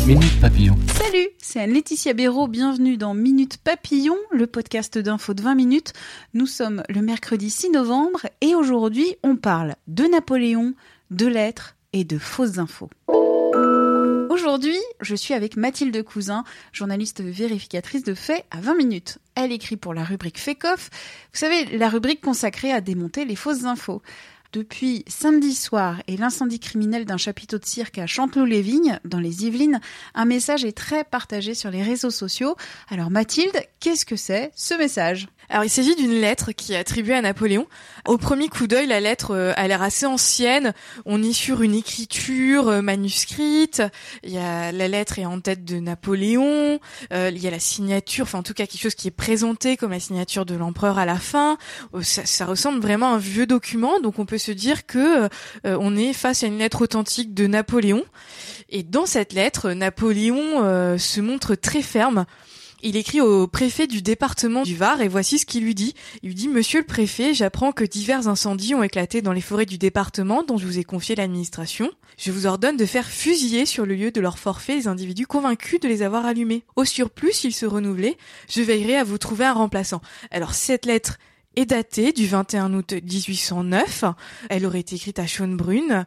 Minute Papillon. Salut, c'est Anne-Laetitia Béraud, bienvenue dans Minute Papillon, le podcast d'infos de 20 minutes. Nous sommes le mercredi 6 novembre et aujourd'hui on parle de Napoléon, de lettres et de fausses infos. Aujourd'hui, je suis avec Mathilde Cousin, journaliste vérificatrice de faits à 20 minutes. Elle écrit pour la rubrique Fake-Off, vous savez, la rubrique consacrée à démonter les fausses infos. Depuis samedi soir et l'incendie criminel d'un chapiteau de cirque à Chanteloup-les-Vignes, dans les Yvelines, un message est très partagé sur les réseaux sociaux. Alors Mathilde, qu'est-ce que c'est ce message ? Alors il s'agit d'une lettre qui est attribuée à Napoléon. Au premier coup d'œil, la lettre a l'air assez ancienne. On est sur une écriture manuscrite. La lettre est en tête de Napoléon. Il y a la signature, enfin en tout cas quelque chose qui est présenté comme la signature de l'empereur à la fin. Ça ressemble vraiment à un vieux document, donc on peut se dire que on est face à une lettre authentique de Napoléon. Et dans cette lettre, Napoléon se montre très ferme. Il écrit au préfet du département du Var et voici ce qu'il lui dit. Il lui dit « Monsieur le préfet, j'apprends que divers incendies ont éclaté dans les forêts du département dont je vous ai confié l'administration. Je vous ordonne de faire fusiller sur le lieu de leur forfait les individus convaincus de les avoir allumés. Au surplus, s'ils se renouvelaient, je veillerai à vous trouver un remplaçant. » Alors cette lettre est datée du 21 août 1809. Elle aurait été écrite à Schönbrunn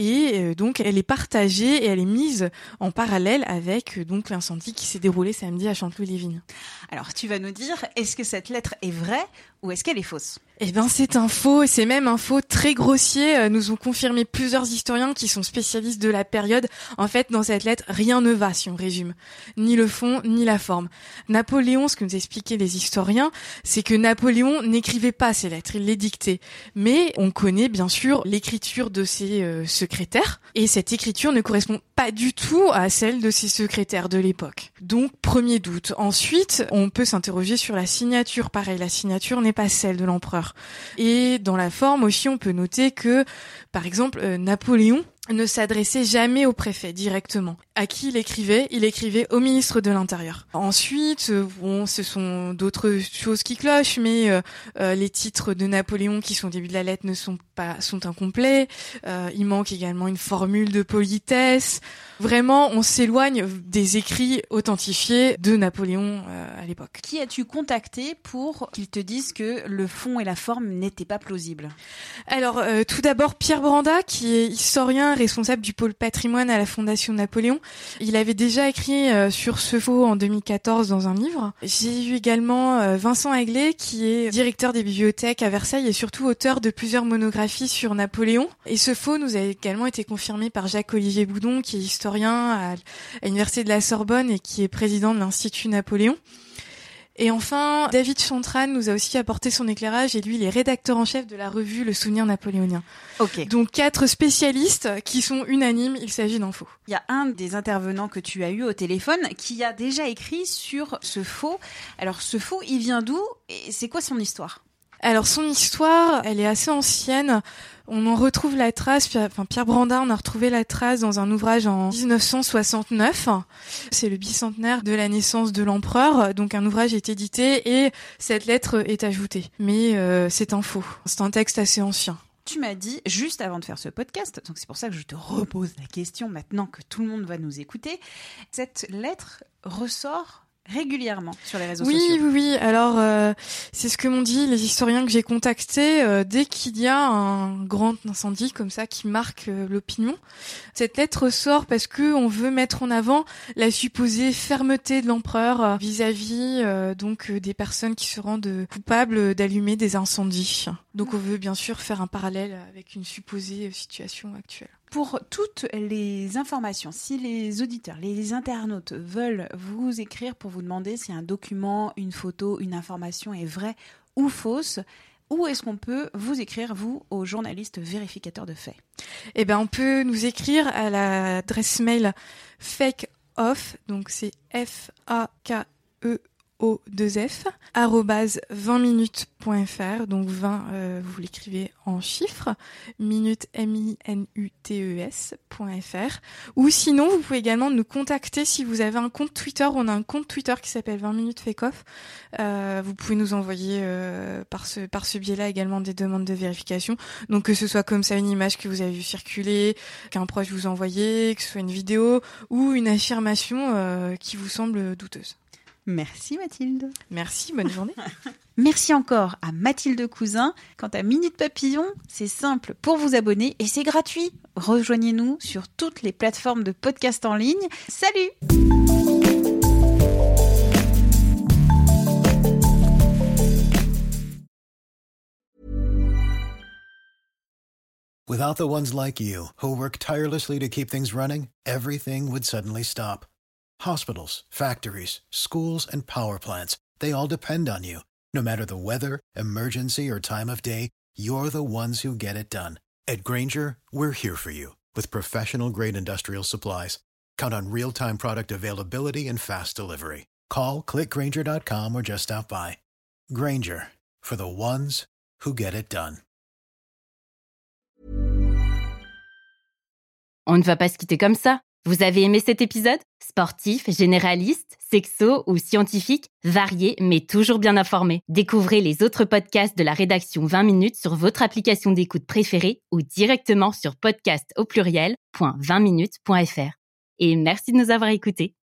et donc elle est partagée et elle est mise en parallèle avec donc l'incendie qui s'est déroulé samedi à Chanteloup-les-Vignes. Alors tu vas nous dire, est-ce que cette lettre est vraie ou est-ce qu'elle est fausse ? Eh ben c'est un faux et c'est même un faux très grossier. Nous ont confirmé plusieurs historiens qui sont spécialistes de la période. En fait, dans cette lettre, rien ne va si on résume. Ni le fond, ni la forme. Napoléon, ce que nous expliquaient les historiens, c'est que Napoléon n'écrivait pas ces lettres, il les dictait. Mais on connaît bien sûr l'écriture de ses secrétaires et cette écriture ne correspond pas du tout à celle de ses secrétaires de l'époque. Donc, premier doute. Ensuite, on peut s'interroger sur la signature. Pareil, la signature n'est pas celle de l'empereur. Et dans la forme aussi, on peut noter que, par exemple, Napoléon ne s'adressait jamais au préfet directement. À qui il écrivait ? Il écrivait au ministre de l'Intérieur. Ensuite, ce sont d'autres choses qui clochent, mais les titres de Napoléon qui sont au début de la lettre sont incomplets. Il manque également une formule de politesse. Vraiment, on s'éloigne des écrits authentifiés de Napoléon à l'époque. Qui as-tu contacté pour qu'ils te disent que le fond et la forme n'étaient pas plausibles ? Alors, tout d'abord, Pierre Branda, qui est historien, responsable du pôle patrimoine à la Fondation Napoléon. Il avait déjà écrit sur ce faux en 2014 dans un livre. J'ai eu également Vincent Aglet, qui est directeur des bibliothèques à Versailles et surtout auteur de plusieurs monographies sur Napoléon. Et ce faux nous a également été confirmé par Jacques-Olivier Boudon, qui est historien à l'Université de la Sorbonne et qui est président de l'Institut Napoléon. Et enfin, David Chantran nous a aussi apporté son éclairage et lui, il est rédacteur en chef de la revue Le Souvenir napoléonien. Ok. Donc 4 spécialistes qui sont unanimes, il s'agit d'un faux. Il y a un des intervenants que tu as eu au téléphone qui a déjà écrit sur ce faux. Alors ce faux, il vient d'où et c'est quoi son histoire ? Alors son histoire, elle est assez ancienne. On en retrouve la trace, Pierre Branda, on a retrouvé la trace dans un ouvrage en 1969. C'est le bicentenaire de la naissance de l'empereur, donc un ouvrage est édité et cette lettre est ajoutée. Mais c'est un faux, c'est un texte assez ancien. Tu m'as dit, juste avant de faire ce podcast, donc c'est pour ça que je te repose la question maintenant que tout le monde va nous écouter, cette lettre ressort régulièrement sur les réseaux sociaux. Oui. Alors, c'est ce que m'ont dit les historiens que j'ai contactés. Dès qu'il y a un grand incendie comme ça qui marque l'opinion, cette lettre sort parce que on veut mettre en avant la supposée fermeté de l'empereur vis-à-vis donc des personnes qui se rendent coupables d'allumer des incendies. Donc, on veut bien sûr faire un parallèle avec une supposée situation actuelle. Pour toutes les informations, si les auditeurs, les internautes veulent vous écrire pour vous demander si un document, une photo, une information est vraie ou fausse, où est-ce qu'on peut vous écrire, vous, aux journalistes vérificateurs de faits ? Eh ben, on peut nous écrire à l'adresse mail Fake-Off, donc c'est F-A-K-E FOO2F @20minutes.fr. Donc 20, vous l'écrivez en chiffres, minutes MINUTES.fr. Ou sinon, vous pouvez également nous contacter si vous avez un compte Twitter. On a un compte Twitter qui s'appelle 20 minutes Fake-Off. Vous pouvez nous envoyer par ce biais-là également des demandes de vérification. Donc que ce soit comme ça une image que vous avez vue circuler, qu'un proche vous a envoyé, que ce soit une vidéo ou une affirmation qui vous semble douteuse. Merci Mathilde. Merci, bonne journée. Merci encore à Mathilde Cousin. Quant à Minute Papillon, c'est simple pour vous abonner et c'est gratuit. Rejoignez-nous sur toutes les plateformes de podcast en ligne. Salut! Without the ones like you, who work tirelessly to keep things running, everything would suddenly stop. Hospitals, factories, schools, and power plants, they all depend on you. No matter the weather, emergency, or time of day, you're the ones who get it done. At Grainger, we're here for you with professional-grade industrial supplies. Count on real-time product availability and fast delivery. Call, click Grainger.com, or just stop by. Grainger, for the ones who get it done. On ne va pas se quitter comme ça. Vous avez aimé cet épisode ? Sportif, généraliste, sexo ou scientifique, varié mais toujours bien informé. Découvrez les autres podcasts de la rédaction 20 minutes sur votre application d'écoute préférée ou directement sur podcast@20minutes.fr. Et merci de nous avoir écoutés.